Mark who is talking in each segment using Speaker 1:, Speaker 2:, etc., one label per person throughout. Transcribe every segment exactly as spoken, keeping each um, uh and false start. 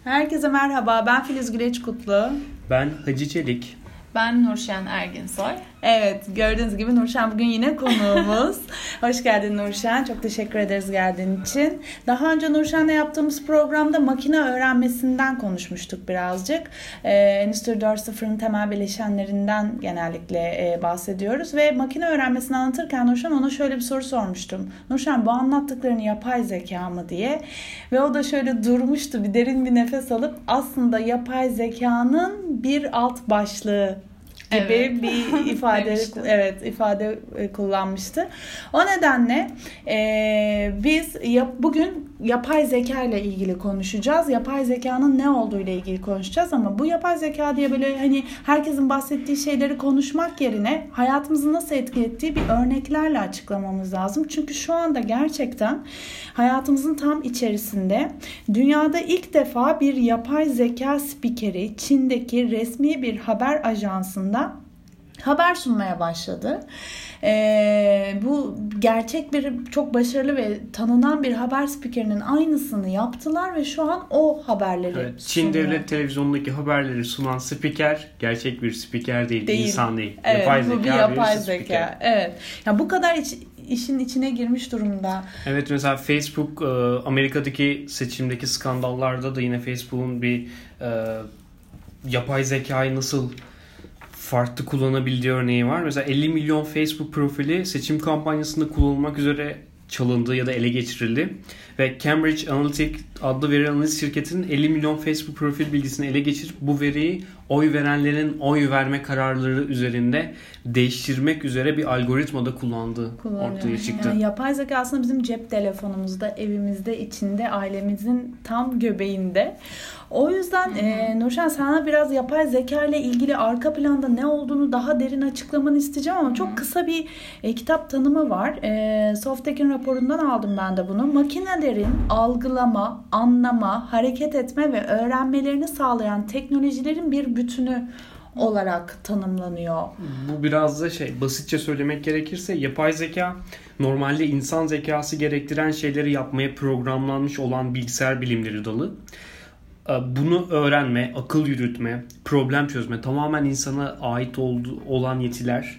Speaker 1: Herkese merhaba, ben Filiz Güleçkutlu.
Speaker 2: Ben Hacı Çelik.
Speaker 3: Ben Nurşen Erginsoy.
Speaker 1: Evet, gördüğünüz gibi Nurşen bugün yine konuğumuz. Hoş geldin Nurşen, çok teşekkür ederiz geldiğin için. Daha önce Nurşen'le yaptığımız programda makine öğrenmesinden konuşmuştuk birazcık. Ee, Endüstri dört nokta sıfırın temel bileşenlerinden genellikle e, bahsediyoruz. Ve makine öğrenmesini anlatırken Nurşen ona şöyle bir soru sormuştum. Nurşen, bu anlattıklarını yapay zeka mı diye. Ve o da şöyle durmuştu, bir derin bir nefes alıp aslında yapay zekanın bir alt başlığı gibi evet. bir ifade evet ifade kullanmıştı. O nedenle e, biz yap, bugün yapay zeka ile ilgili konuşacağız. Yapay zekanın ne olduğu ile ilgili konuşacağız ama bu yapay zeka diye böyle hani herkesin bahsettiği şeyleri konuşmak yerine hayatımızı nasıl etki ettiği bir örneklerle açıklamamız lazım. Çünkü şu anda gerçekten hayatımızın tam içerisinde dünyada ilk defa bir yapay zeka spikeri Çin'deki resmi bir haber ajansında haber sunmaya başladı. Ee, bu gerçek bir, çok başarılı ve tanınan bir haber spikerinin aynısını yaptılar ve şu an o haberleri
Speaker 2: evet, Çin
Speaker 1: sunuyor.
Speaker 2: Devlet Televizyonundaki haberleri sunan spiker gerçek bir spiker değil, değil. insan değil.
Speaker 1: Evet,
Speaker 2: yapay
Speaker 1: bu
Speaker 2: zeka
Speaker 1: bir yapay zeka.
Speaker 2: Spiker.
Speaker 1: Evet. Ya bu kadar iç, işin içine girmiş durumda.
Speaker 2: Evet, mesela Facebook Amerika'daki seçimdeki skandallarda da yine Facebook'un bir e, yapay zekayı nasıl farklı kullanabildiği örneği var. Mesela elli milyon Facebook profili seçim kampanyasında kullanılmak üzere çalındı ya da ele geçirildi. Ve Cambridge Analytica adlı veri analiz şirketinin elli milyon Facebook profil bilgisini ele geçirip bu veriyi oy verenlerin oy verme kararları üzerinde değiştirmek üzere bir algoritmada kullandığı ortaya çıktı.
Speaker 1: Yani yapay zeka aslında bizim cep telefonumuzda, evimizde, içinde, ailemizin tam göbeğinde. O yüzden e, Nurşen, sana biraz yapay zeka ile ilgili arka planda ne olduğunu daha derin açıklamanı isteyeceğim ama çok kısa bir e, kitap tanımı var. E, Softek'in raporundan aldım ben de bunu. Makinelerin algılama, anlama, hareket etme ve öğrenmelerini sağlayan teknolojilerin bir bütünü olarak tanımlanıyor.
Speaker 2: Bu biraz da şey, basitçe söylemek gerekirse yapay zeka normalde insan zekası gerektiren şeyleri yapmaya programlanmış olan bilgisayar bilimleri dalı. Bunu öğrenme, akıl yürütme, problem çözme, tamamen insana ait olduğu, olan yetiler,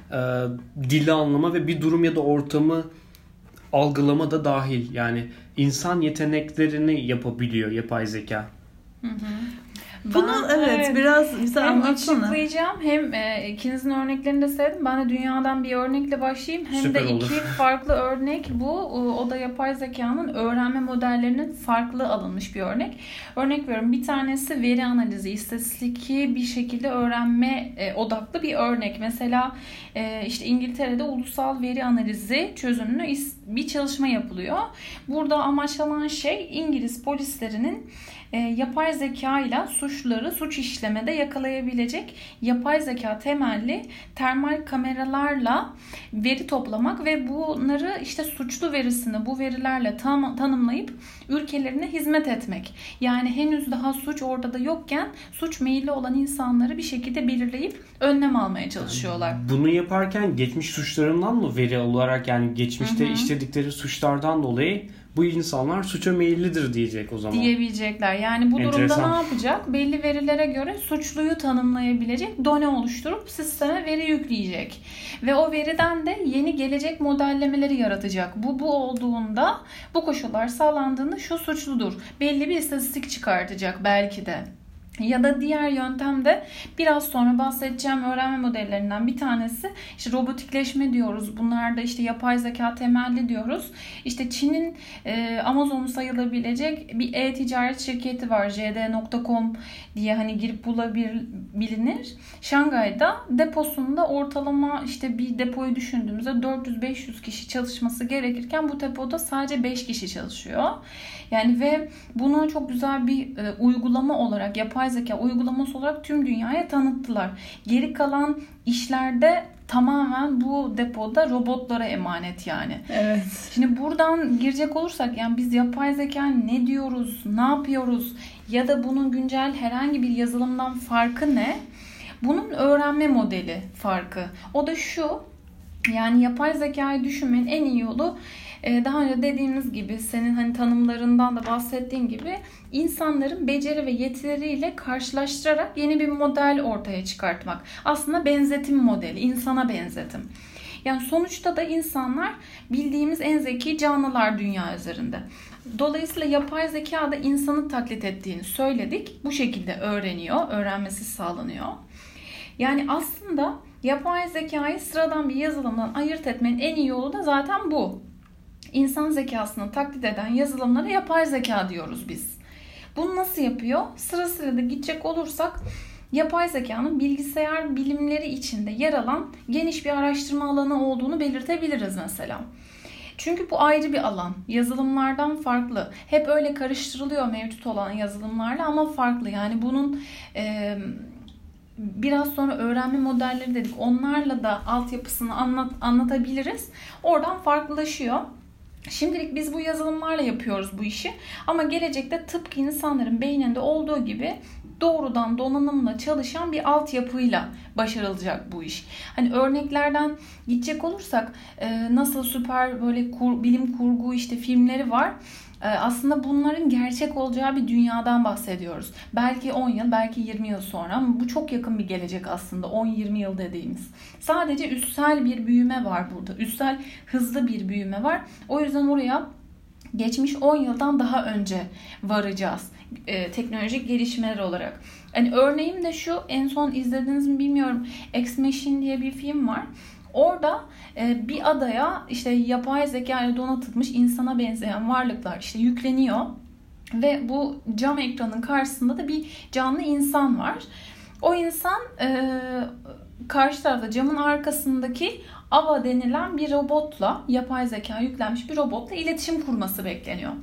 Speaker 2: dili anlama ve bir durum ya da ortamı algılama da dahil. Yani insan yeteneklerini yapabiliyor yapay zeka.
Speaker 3: Hı hı.
Speaker 1: Bunu ben, evet, evet biraz bize
Speaker 3: hem
Speaker 1: anlatsana.
Speaker 3: açıklayacağım hem e, ikinizin örneklerini de sevdim. Ben de dünyadan bir örnekle başlayayım. Hem
Speaker 2: Süper
Speaker 3: de
Speaker 2: olur.
Speaker 3: iki farklı örnek bu. O da yapay zekanın öğrenme modellerinin farklı alınmış bir örnek. Örnek veriyorum, bir tanesi veri analizi, istatistiki bir şekilde öğrenme e, odaklı bir örnek. Mesela e, işte İngiltere'de ulusal veri analizi çözünürlüğü bir çalışma yapılıyor. Burada amaçlanan şey İngiliz polislerinin E, yapay zeka ile suçları suç işlemede yakalayabilecek yapay zeka temelli termal kameralarla veri toplamak ve bunları işte suçlu verisini bu verilerle tam, tanımlayıp ülkelerine hizmet etmek. Yani henüz daha suç ortada yokken suç meyilli olan insanları bir şekilde belirleyip önlem almaya çalışıyorlar.
Speaker 2: Bunu yaparken geçmiş suçlarından mı veri olarak, yani geçmişte hı hı. işledikleri suçlardan dolayı bu insanlar suça meyillidir diyecek o zaman.
Speaker 3: Diyebilecekler. Yani bu
Speaker 2: Enteresan.
Speaker 3: durumda ne yapacak? Belli verilere göre suçluyu tanımlayabilecek done oluşturup sisteme veri yükleyecek. Ve o veriden de yeni gelecek modellemeleri yaratacak. Bu bu olduğunda, bu koşullar sağlandığında şu suçludur. Belli bir istatistik çıkartacak belki de. Ya da diğer yöntem de biraz sonra bahsedeceğim öğrenme modellerinden bir tanesi işte robotikleşme diyoruz. Bunlar da işte yapay zeka temelli diyoruz. İşte Çin'in e, Amazon'u sayılabilecek bir e-ticaret şirketi var, j d nokta com diye, hani girip bulabilir. Şangay'da deposunda ortalama işte bir depoyu düşündüğümüzde dört yüz beş yüz kişi çalışması gerekirken bu depoda sadece beş kişi çalışıyor. Yani ve bunu çok güzel bir e, uygulama olarak, yapay zeka uygulaması olarak tüm dünyaya tanıttılar. Geri kalan işlerde tamamen bu depoda robotlara emanet yani.
Speaker 1: Evet.
Speaker 3: Şimdi buradan girecek olursak, yani biz yapay zeka ne diyoruz, ne yapıyoruz ya da bunun güncel herhangi bir yazılımdan farkı ne? Bunun öğrenme modeli farkı. O da şu: yani yapay zekayı düşünmenin en iyi yolu Daha önce dediğimiz gibi, senin hani tanımlarından da bahsettiğin gibi, insanların beceri ve yetileriyle karşılaştırarak yeni bir model ortaya çıkartmak. Aslında benzetim modeli, insana benzetim. Yani sonuçta da insanlar bildiğimiz en zeki canlılar dünya üzerinde. Dolayısıyla yapay zeka da insanı taklit ettiğini söyledik. Bu şekilde öğreniyor, öğrenmesi sağlanıyor. Yani aslında yapay zekayı sıradan bir yazılımdan ayırt etmenin en iyi yolu da zaten bu. İnsan zekasını taklit eden yazılımlara yapay zeka diyoruz biz. Bunu nasıl yapıyor? Sırasıyla da gidecek olursak, yapay zekanın bilgisayar bilimleri içinde yer alan geniş bir araştırma alanı olduğunu belirtebiliriz mesela. Çünkü bu ayrı bir alan. Yazılımlardan farklı. Hep öyle karıştırılıyor mevcut olan yazılımlarla ama farklı. Yani bunun e, biraz sonra öğrenme modelleri dedik. Onlarla da altyapısını anlat, anlatabiliriz. Oradan farklılaşıyor. Şimdilik biz bu yazılımlarla yapıyoruz bu işi. Ama gelecekte tıpkı insanların beyninde olduğu gibi doğrudan donanımla çalışan bir altyapıyla başarılacak bu iş. Hani örneklerden gidecek olursak nasıl süper böyle kur, bilim kurgu işte filmleri var. Aslında bunların gerçek olacağı bir dünyadan bahsediyoruz. Belki on yıl, belki yirmi yıl sonra, ama bu çok yakın bir gelecek aslında, on yirmi yıl dediğimiz. Sadece üstsel bir büyüme var burada. Üstsel hızlı bir büyüme var. O yüzden oraya geçmiş on yıldan daha önce varacağız. E, teknolojik gelişmeler olarak. Yani örneğim de şu, en son izlediniz mi bilmiyorum. Ex Machina diye bir film var. Orada e, bir adaya işte yapay zeka ile donatılmış insana benzeyen varlıklar işte yükleniyor. Ve bu cam ekranın karşısında da bir canlı insan var. O insan e, karşı tarafta camın arkasındaki Ava denilen bir robotla, yapay zeka yüklenmiş bir robotla iletişim kurması bekleniyor.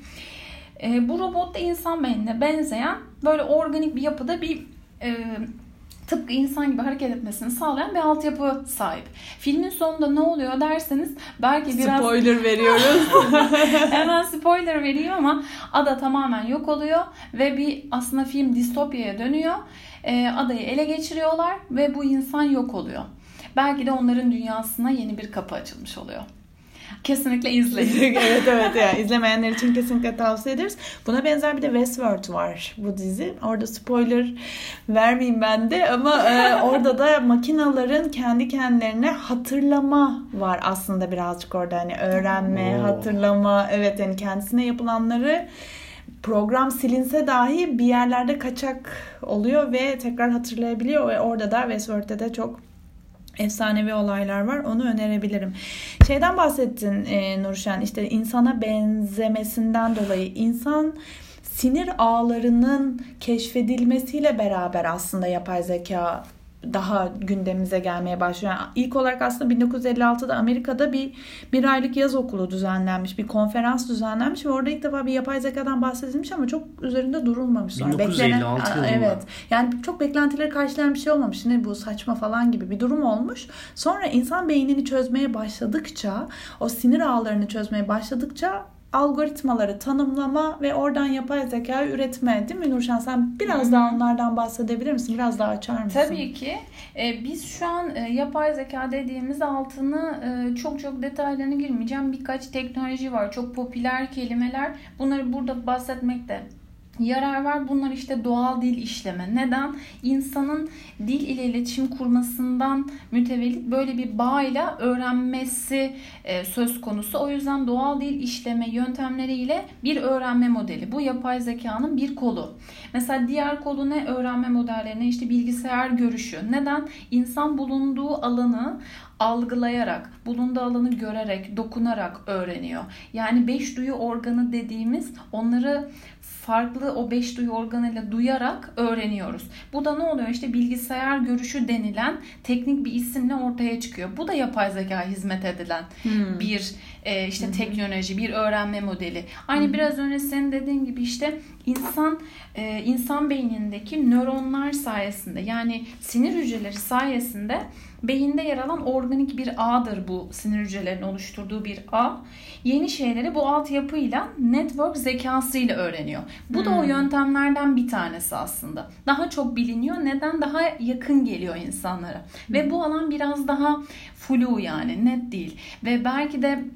Speaker 3: E, bu robot da insan beynine benzeyen böyle organik bir yapıda bir e, tıpkı insan gibi hareket etmesini sağlayan bir altyapı sahip. Filmin sonunda ne oluyor derseniz, belki biraz...
Speaker 1: Spoiler veriyoruz.
Speaker 3: Hemen spoiler vereyim ama ada tamamen yok oluyor ve bir aslında film distopyaya dönüyor. E, adayı ele geçiriyorlar ve bu insan yok oluyor. Belki de onların dünyasına yeni bir kapı açılmış oluyor. Kesinlikle izleyin.
Speaker 1: evet evet yani izlemeyenler için kesinlikle tavsiye ederiz. Buna benzer bir de Westworld var bu dizi. Orada spoiler vermeyeyim ben de ama e, orada da makinaların kendi kendilerine hatırlama var aslında birazcık orada, hani öğrenme, Oo. hatırlama, evet yani kendisine yapılanları program silinse dahi bir yerlerde kaçak oluyor ve tekrar hatırlayabiliyor ve orada da Westworld'de de çok efsanevi olaylar var. Onu önerebilirim. Şeyden bahsettin e, Nurşen, işte insana benzemesinden dolayı insan sinir ağlarının keşfedilmesiyle beraber aslında yapay zeka daha gündemimize gelmeye başlıyor. Yani ilk olarak aslında bin dokuz yüz elli altıda Amerika'da bir bir aylık yaz okulu düzenlenmiş, bir konferans düzenlenmiş ve orada ilk defa bir yapay zekadan bahsedilmiş ama çok üzerinde durulmamış. Sonra.
Speaker 2: bin dokuz yüz elli altı
Speaker 1: Beklenen,
Speaker 2: yılında.
Speaker 1: evet. Yani çok beklentileri karşılayan bir şey olmamış. Ne bu saçma falan gibi bir durum olmuş. Sonra insan beynini çözmeye başladıkça, o sinir ağlarını çözmeye başladıkça algoritmaları tanımlama ve oradan yapay zekayı üretme, değil mi Nurşen? Sen biraz Hı-hı. daha onlardan bahsedebilir misin? Biraz daha açar mısın?
Speaker 3: Tabii ki. Ee, biz şu an e, yapay zeka dediğimiz altını e, çok çok detaylarına girmeyeceğim. Birkaç teknoloji var. Çok popüler kelimeler. Bunları burada bahsetmekte yarar var. Bunlar işte doğal dil işleme. Neden? İnsanın dil ile iletişim kurmasından mütevellit böyle bir bağıyla öğrenmesi e, söz konusu. O yüzden doğal dil işleme yöntemleriyle bir öğrenme modeli. Bu yapay zekanın bir kolu. Mesela diğer kolu ne? Öğrenme modellerine işte bilgisayar görüşü. Neden? İnsan bulunduğu alanı algılayarak, bulunduğu alanı görerek, dokunarak öğreniyor. Yani beş duyu organı dediğimiz, onları farklı o beş duyu organıyla duyarak öğreniyoruz. Bu da ne oluyor? İşte bilgisayar görüşü denilen teknik bir isimle ortaya çıkıyor. Bu da yapay zeka hizmet edilen hmm. bir e, işte hmm. teknoloji, bir öğrenme modeli. Aynı hmm. biraz önce senin dediğin gibi işte insan e, insan beynindeki nöronlar sayesinde, yani sinir hücreleri sayesinde beyinde yer alan organik bir ağdır bu, sinir hücrelerinin oluşturduğu bir ağ. Yeni şeyleri bu altyapıyla, network zekasıyla öğreniyor. Bu da hmm. o yöntemlerden bir tanesi aslında. Daha çok biliniyor. Neden? Daha yakın geliyor insanlara. Hmm. Ve bu alan biraz daha flu, yani net değil. Ve belki de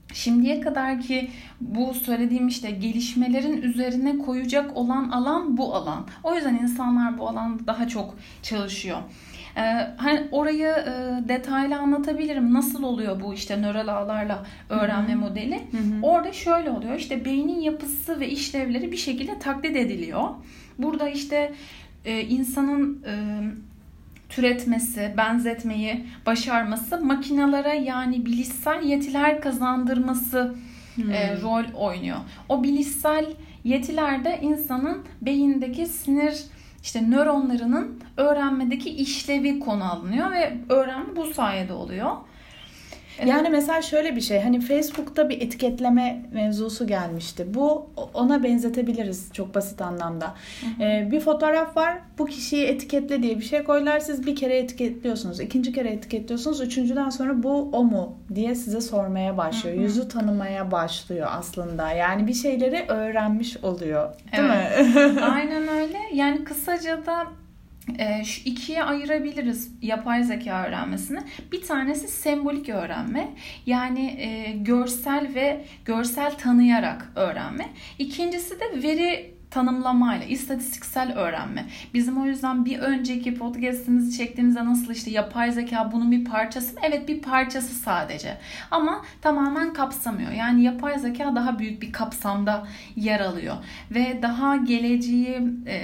Speaker 3: şimdiye kadar ki bu söylediğim işte gelişmelerin üzerine koyacak olan alan bu alan. O yüzden insanlar bu alanda daha çok çalışıyor. Ee, hani orayı e, detaylı anlatabilirim. Nasıl oluyor bu işte nöral ağlarla öğrenme Hı-hı. modeli? Hı-hı. Orada şöyle oluyor. İşte beynin yapısı ve işlevleri bir şekilde taklit ediliyor. Burada işte e, insanın e, türetmesi, benzetmeyi başarması, makinalara yani bilişsel yetiler kazandırması hmm. e, rol oynuyor. O bilişsel yetilerde insanın beyindeki sinir işte nöronlarının öğrenmedeki işlevi konu alınıyor ve öğrenme bu sayede oluyor.
Speaker 1: Yani mesela şöyle bir şey, hani Facebook'ta bir etiketleme mevzusu gelmişti. Bu ona benzetebiliriz çok basit anlamda. Hı hı. Ee, bir fotoğraf var, bu kişiyi etiketle diye bir şey koyarlar, siz bir kere etiketliyorsunuz, ikinci kere etiketliyorsunuz, üçüncüden sonra bu o mu diye size sormaya başlıyor. Hı hı. Yüzü tanımaya başlıyor aslında. Yani bir şeyleri öğrenmiş oluyor. Değil
Speaker 3: evet.
Speaker 1: mi?
Speaker 3: Aynen öyle. Yani kısaca da E, şu ikiye ayırabiliriz yapay zeka öğrenmesini. Bir tanesi sembolik öğrenme. Yani e, görsel ve görsel tanıyarak öğrenme. İkincisi de veri tanımlamayla, istatistiksel öğrenme. Bizim o yüzden bir önceki podcast'imizi çektiğimizde nasıl işte yapay zeka bunun bir parçası mı? Evet, bir parçası sadece. Ama tamamen kapsamıyor. Yani yapay zeka daha büyük bir kapsamda yer alıyor. Ve daha geleceği e,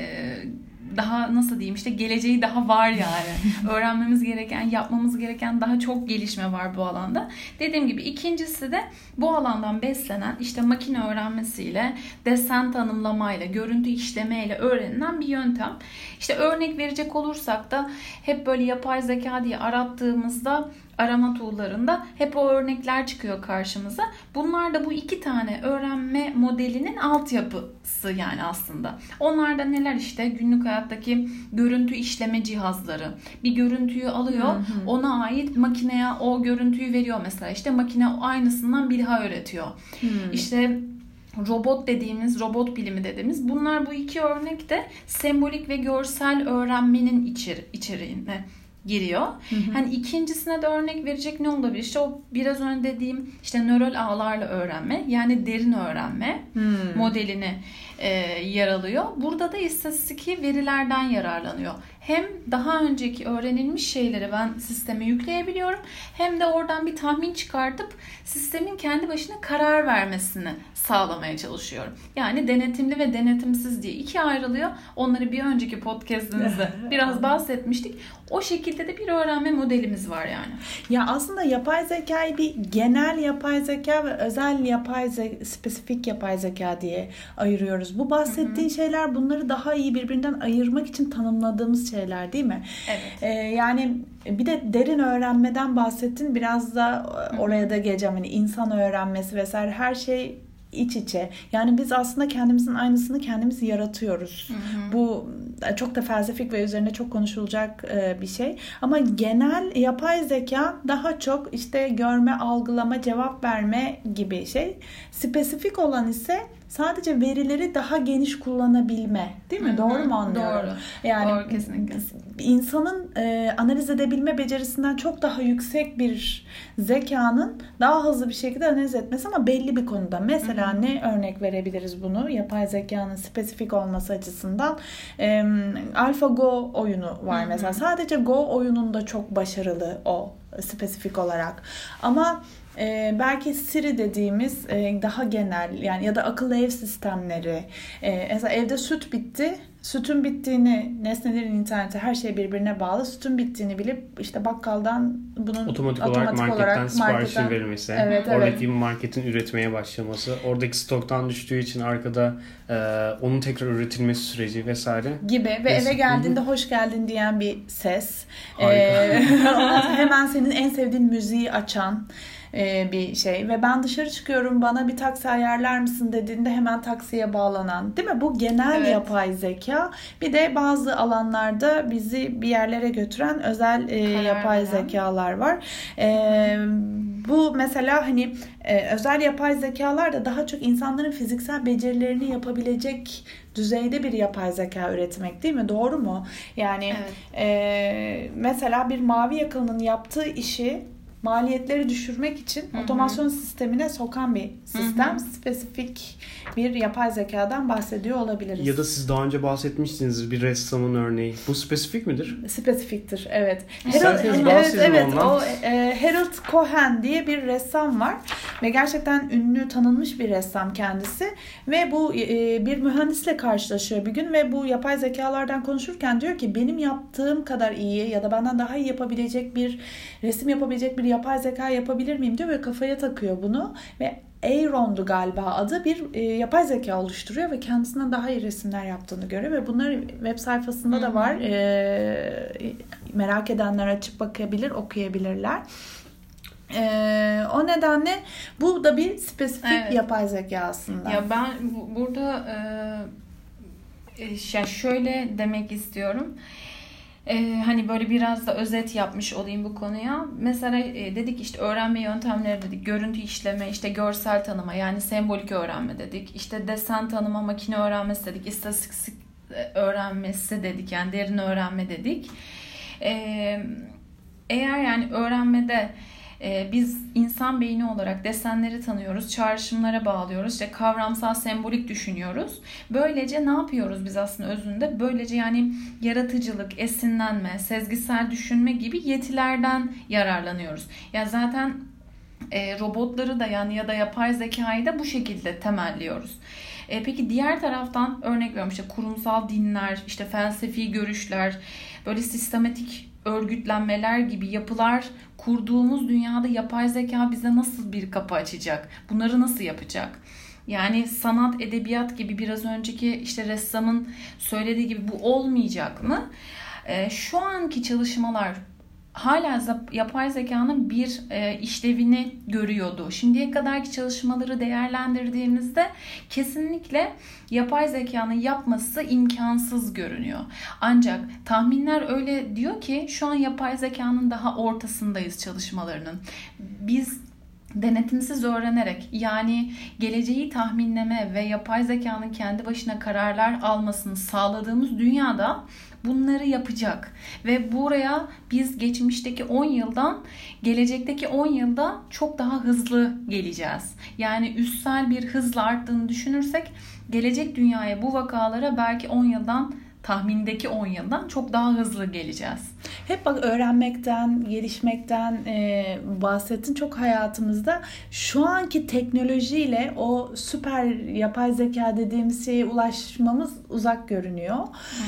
Speaker 3: daha nasıl diyeyim işte geleceği daha var yani. Öğrenmemiz gereken, yapmamız gereken daha çok gelişme var bu alanda. Dediğim gibi ikincisi de bu alandan beslenen işte makine öğrenmesiyle, desen tanımlamayla, görüntü işlemeyle öğrenilen bir yöntem. İşte örnek verecek olursak da hep böyle yapay zeka diye arattığımızda arama tool'larında hep o örnekler çıkıyor karşımıza. Bunlar da bu iki tane öğrenme modelinin altyapısı yani aslında. Onlar da neler işte günlük hayattaki görüntü işleme cihazları. Bir görüntüyü alıyor, hı hı. ona ait makineye o görüntüyü veriyor mesela. İşte makine aynısından bir daha üretiyor. Hı. İşte robot dediğimiz, robot bilimi dediğimiz bunlar bu iki örnek de sembolik ve görsel öğrenmenin içeri, içeriğine giriyor. Hı hı. Hani ikincisine de örnek verecek ne olabilir? İşte o biraz önce dediğim işte nöral ağlarla öğrenme yani derin öğrenme hmm. modelini e, yer alıyor. Burada da istatistiki verilerden yararlanıyor. Hem daha önceki öğrenilmiş şeyleri ben sisteme yükleyebiliyorum hem de oradan bir tahmin çıkartıp sistemin kendi başına karar vermesini sağlamaya çalışıyorum. Yani denetimli ve denetimsiz diye ikiye ayrılıyor. Onları bir önceki podcast'imizde biraz bahsetmiştik. O şekilde de bir öğrenme modelimiz var yani.
Speaker 1: Ya aslında yapay zekayı bir genel yapay zeka ve özel yapay zeka, spesifik yapay zeka diye ayırıyoruz. Bu bahsettiğin hı hı. şeyler bunları daha iyi birbirinden ayırmak için tanımladığımız şeyler değil mi?
Speaker 3: Evet.
Speaker 1: Ee, yani bir de derin öğrenmeden bahsettin. Biraz da oraya da geleceğim. Hani insan öğrenmesi vesaire her şey iç içe. Yani biz aslında kendimizin aynısını kendimiz yaratıyoruz. Hı hı. Bu çok da felsefik ve üzerine çok konuşulacak bir şey. Ama genel yapay zeka daha çok işte görme, algılama, cevap verme gibi şey. Spesifik olan ise sadece verileri daha geniş kullanabilme. Değil mi? Hı hı. Doğru mu anlıyorum?
Speaker 3: Doğru.
Speaker 1: Yani
Speaker 3: Doğru, kesinlikle.
Speaker 1: İnsanın e, analiz edebilme becerisinden çok daha yüksek bir zekanın daha hızlı bir şekilde analiz etmesi ama belli bir konuda. Mesela hı hı. ne örnek verebiliriz bunu? Yapay zekanın spesifik olması açısından e, AlphaGo oyunu var hı hı. mesela. Sadece Go oyununda çok başarılı o spesifik olarak. Ama Ee, belki Siri dediğimiz e, daha genel yani ya da akıllı ev sistemleri e, mesela evde süt bitti, sütün bittiğini, nesnelerin interneti her şey birbirine bağlı, sütün bittiğini bilip işte bakkaldan bunun
Speaker 2: otomatik,
Speaker 1: otomatik
Speaker 2: olarak marketten
Speaker 1: olarak
Speaker 2: siparişin
Speaker 1: marketten,
Speaker 2: verilmesi,
Speaker 1: evet,
Speaker 2: oradaki
Speaker 1: evet.
Speaker 2: marketin üretmeye başlaması, oradaki stoktan düştüğü için arkada e, onun tekrar üretilmesi süreci vesaire
Speaker 1: gibi ve Mes- eve geldiğinde hoş geldin diyen bir ses,
Speaker 2: ee,
Speaker 1: hemen senin en sevdiğin müziği açan bir şey ve ben dışarı çıkıyorum bana bir taksi ayarlar mısın dediğinde hemen taksiye bağlanan, değil mi? Bu genel evet. yapay zeka. Bir de bazı alanlarda bizi bir yerlere götüren özel e, yapay veren. zekalar var. E, bu mesela hani e, özel yapay zekalar da daha çok insanların fiziksel becerilerini yapabilecek düzeyde bir yapay zeka üretmek, değil mi? Doğru mu? Yani evet. e, mesela bir mavi yakalının yaptığı işi maliyetleri düşürmek için
Speaker 3: Hı hı.
Speaker 1: otomasyon sistemine sokan bir sistem.
Speaker 3: Hı hı.
Speaker 1: Spesifik bir yapay zekadan bahsediyor olabiliriz.
Speaker 2: Ya da siz daha önce bahsetmiştiniz bir ressamın örneği. Bu spesifik midir?
Speaker 1: Spesifiktir, evet.
Speaker 2: İsterseniz
Speaker 1: evet,
Speaker 2: bahsedin
Speaker 1: evet,
Speaker 2: ondan.
Speaker 1: o e, Harold Cohen diye bir ressam var ve gerçekten ünlü, tanınmış bir ressam kendisi ve bu e, bir mühendisle karşılaşıyor bir gün ve bu yapay zekalardan konuşurken diyor ki benim yaptığım kadar iyi ya da benden daha iyi yapabilecek bir resim yapabilecek bir yapay zeka yapabilir miyim diyor ve kafaya takıyor bunu ve Aaron'du galiba adı, bir e, yapay zeka oluşturuyor ve kendisinden daha iyi resimler yaptığını görüyor ve bunlar web sayfasında da var. E, merak edenler açıp bakabilir, okuyabilirler. E, o nedenle bu da bir spesifik
Speaker 3: Evet.
Speaker 1: yapay zeka aslında.
Speaker 3: Ya ben bu- burada e, e, ya şöyle demek istiyorum. Ee, hani böyle biraz da özet yapmış olayım bu konuya. Mesela e, dedik işte öğrenme yöntemleri dedik. Görüntü işleme, işte görsel tanıma yani sembolik öğrenme dedik. İşte desen tanıma, makine öğrenmesi dedik. İstatistik öğrenmesi dedik. Yani derin öğrenme dedik. Ee, eğer yani öğrenmede e, biz insan beyni olarak desenleri tanıyoruz, çağrışımlara bağlıyoruz, işte kavramsal sembolik düşünüyoruz. Böylece ne yapıyoruz biz aslında özünde? Böylece yani yaratıcılık, esinlenme, sezgisel düşünme gibi yetilerden yararlanıyoruz. Ya zaten e, robotları da yani ya da yapay zekayı da bu şekilde temelliyoruz. E, peki diğer taraftan örnek veriyorum işte kurumsal dinler, işte felsefi görüşler, böyle sistematik örgütlenmeler gibi yapılar kurduğumuz dünyada yapay zeka bize nasıl bir kapı açacak? Bunları nasıl yapacak? Yani sanat, edebiyat gibi biraz önceki işte ressamın söylediği gibi bu olmayacak mı? Ee, şu anki çalışmalar hala yapay zekanın bir e, işlevini görüyordu. Şimdiye kadarki çalışmaları değerlendirdiğimizde kesinlikle yapay zekanın yapması imkansız görünüyor. Ancak tahminler öyle diyor ki şu an yapay zekanın daha ortasındayız çalışmalarının. Biz denetimsiz öğrenerek yani geleceği tahminleme ve yapay zekanın kendi başına kararlar almasını sağladığımız dünyada bunları yapacak ve buraya biz geçmişteki on yıldan gelecekteki on yılda çok daha hızlı geleceğiz. Yani üstsel bir hızla arttığını düşünürsek gelecek dünyaya bu vakalara belki on yıldan tahmindeki on yıldan çok daha hızlı geleceğiz.
Speaker 1: Hep bak öğrenmekten, gelişmekten e, bahsettin çok hayatımızda. Şu anki teknolojiyle o süper yapay zeka dediğimiz şeye ulaşmamız uzak görünüyor.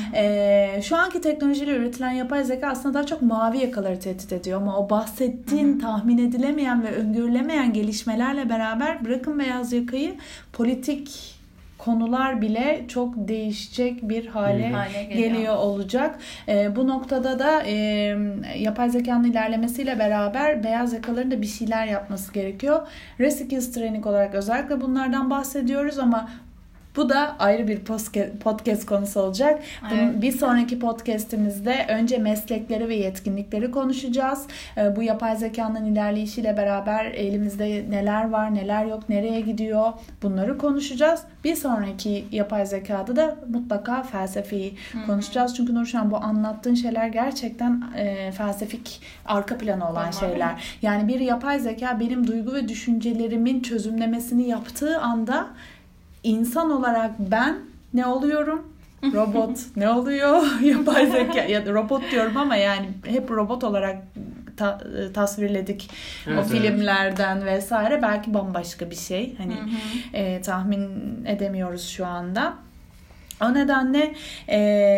Speaker 1: E, şu anki teknolojiyle üretilen yapay zeka aslında daha çok mavi yakaları tehdit ediyor. Ama o bahsettiğin Hı-hı. tahmin edilemeyen ve öngörülemeyen gelişmelerle beraber bırakın beyaz yakayı politik konular bile çok değişecek bir hale, hale geliyor. geliyor olacak. E, bu noktada da e, yapay zekanın ilerlemesiyle beraber beyaz yakaların da bir şeyler yapması gerekiyor. Reskills Training olarak özellikle bunlardan bahsediyoruz ama bu da ayrı bir podcast konusu olacak. Evet. Bir sonraki podcastimizde önce meslekleri ve yetkinlikleri konuşacağız. Bu yapay zekanın ilerleyişiyle beraber elimizde neler var, neler yok, nereye gidiyor bunları konuşacağız. Bir sonraki yapay zekada da mutlaka felsefeyi Hı-hı. konuşacağız. Çünkü Nurşen bu anlattığın şeyler gerçekten e, felsefik arka planı olan Tamam. şeyler. Yani bir yapay zeka benim duygu ve düşüncelerimin çözümlemesini yaptığı anda İnsan olarak ben ne oluyorum? Robot ne oluyor? Yapay zeka ya da robot diyorum ama yani hep robot olarak ta, tasvirledik evet, o filmlerden evet. vesaire. Belki bambaşka bir şey. Hani e, tahmin edemiyoruz şu anda. O nedenle e,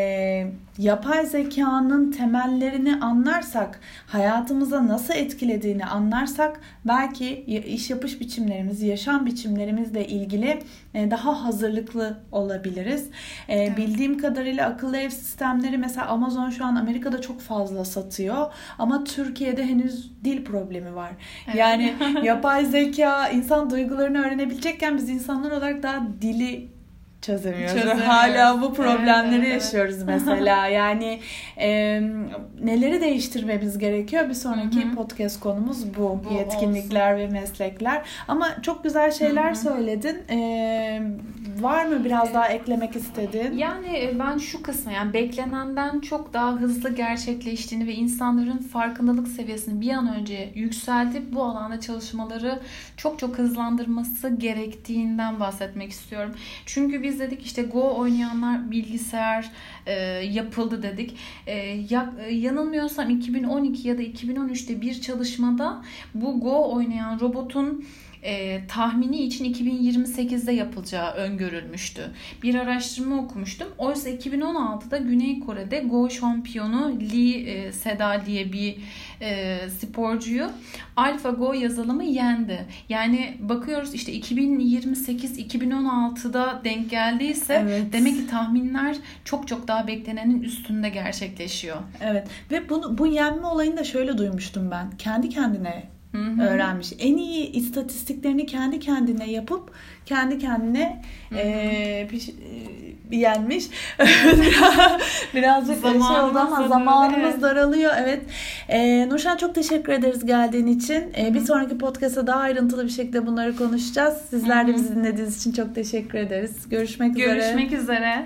Speaker 1: yapay zekanın temellerini anlarsak, hayatımıza nasıl etkilediğini anlarsak belki iş yapış biçimlerimiz, yaşam biçimlerimizle ilgili e, daha hazırlıklı olabiliriz. E, evet. Bildiğim kadarıyla akıllı ev sistemleri mesela Amazon şu an Amerika'da çok fazla satıyor ama Türkiye'de henüz dil problemi var. Evet. Yani yapay zeka insan duygularını öğrenebilecekken biz insanlar olarak daha dili çözemiyoruz.
Speaker 3: Çözemiyoruz.
Speaker 1: Hala bu problemleri
Speaker 3: Evet, evet.
Speaker 1: yaşıyoruz mesela. Yani e, neleri değiştirmemiz gerekiyor? Bir sonraki
Speaker 3: Hı-hı.
Speaker 1: podcast konumuz bu.
Speaker 3: Bu
Speaker 1: Yetkinlikler olsun. Ve meslekler. Ama çok güzel şeyler Hı-hı. söyledin. E, var mı biraz daha eklemek istediğin?
Speaker 3: Yani ben şu kısmı, yani beklenenden çok daha hızlı gerçekleştiğini ve insanların farkındalık seviyesini bir an önce yükseltip bu alanda çalışmaları çok çok hızlandırması gerektiğinden bahsetmek istiyorum. Çünkü biz dedik işte Go oynayanlar bilgisayar e, yapıldı dedik. E, ya, yanılmıyorsam iki bin on iki ya da iki bin on üçte bir çalışmada bu Go oynayan robotun E, tahmini için iki bin yirmi sekizde yapılacağı öngörülmüştü. Bir araştırma okumuştum. Oysa iki bin on altıda Güney Kore'de Go şampiyonu Lee e, Sedal diye bir e, sporcuyu AlphaGo yazılımı yendi. Yani bakıyoruz işte iki bin yirmi sekiz iki bin on altıda denk geldiyse evet. Demek ki tahminler çok çok daha beklenenin üstünde gerçekleşiyor.
Speaker 1: Evet ve bunu, bu yenme olayını da şöyle duymuştum ben. Kendi kendine Hı-hı. öğrenmiş. En iyi istatistiklerini kendi kendine yapıp kendi kendine e, piş, e, yenmiş. Birazcık şey oldu ama zamanımız evet. daralıyor. Evet. E, Nurşen çok teşekkür ederiz geldiğin için. E, bir sonraki podcast'a daha ayrıntılı bir şekilde bunları konuşacağız. Sizler de bizi dinlediğiniz için çok teşekkür ederiz. Görüşmek,
Speaker 3: Görüşmek
Speaker 1: üzere.
Speaker 3: Görüşmek üzere.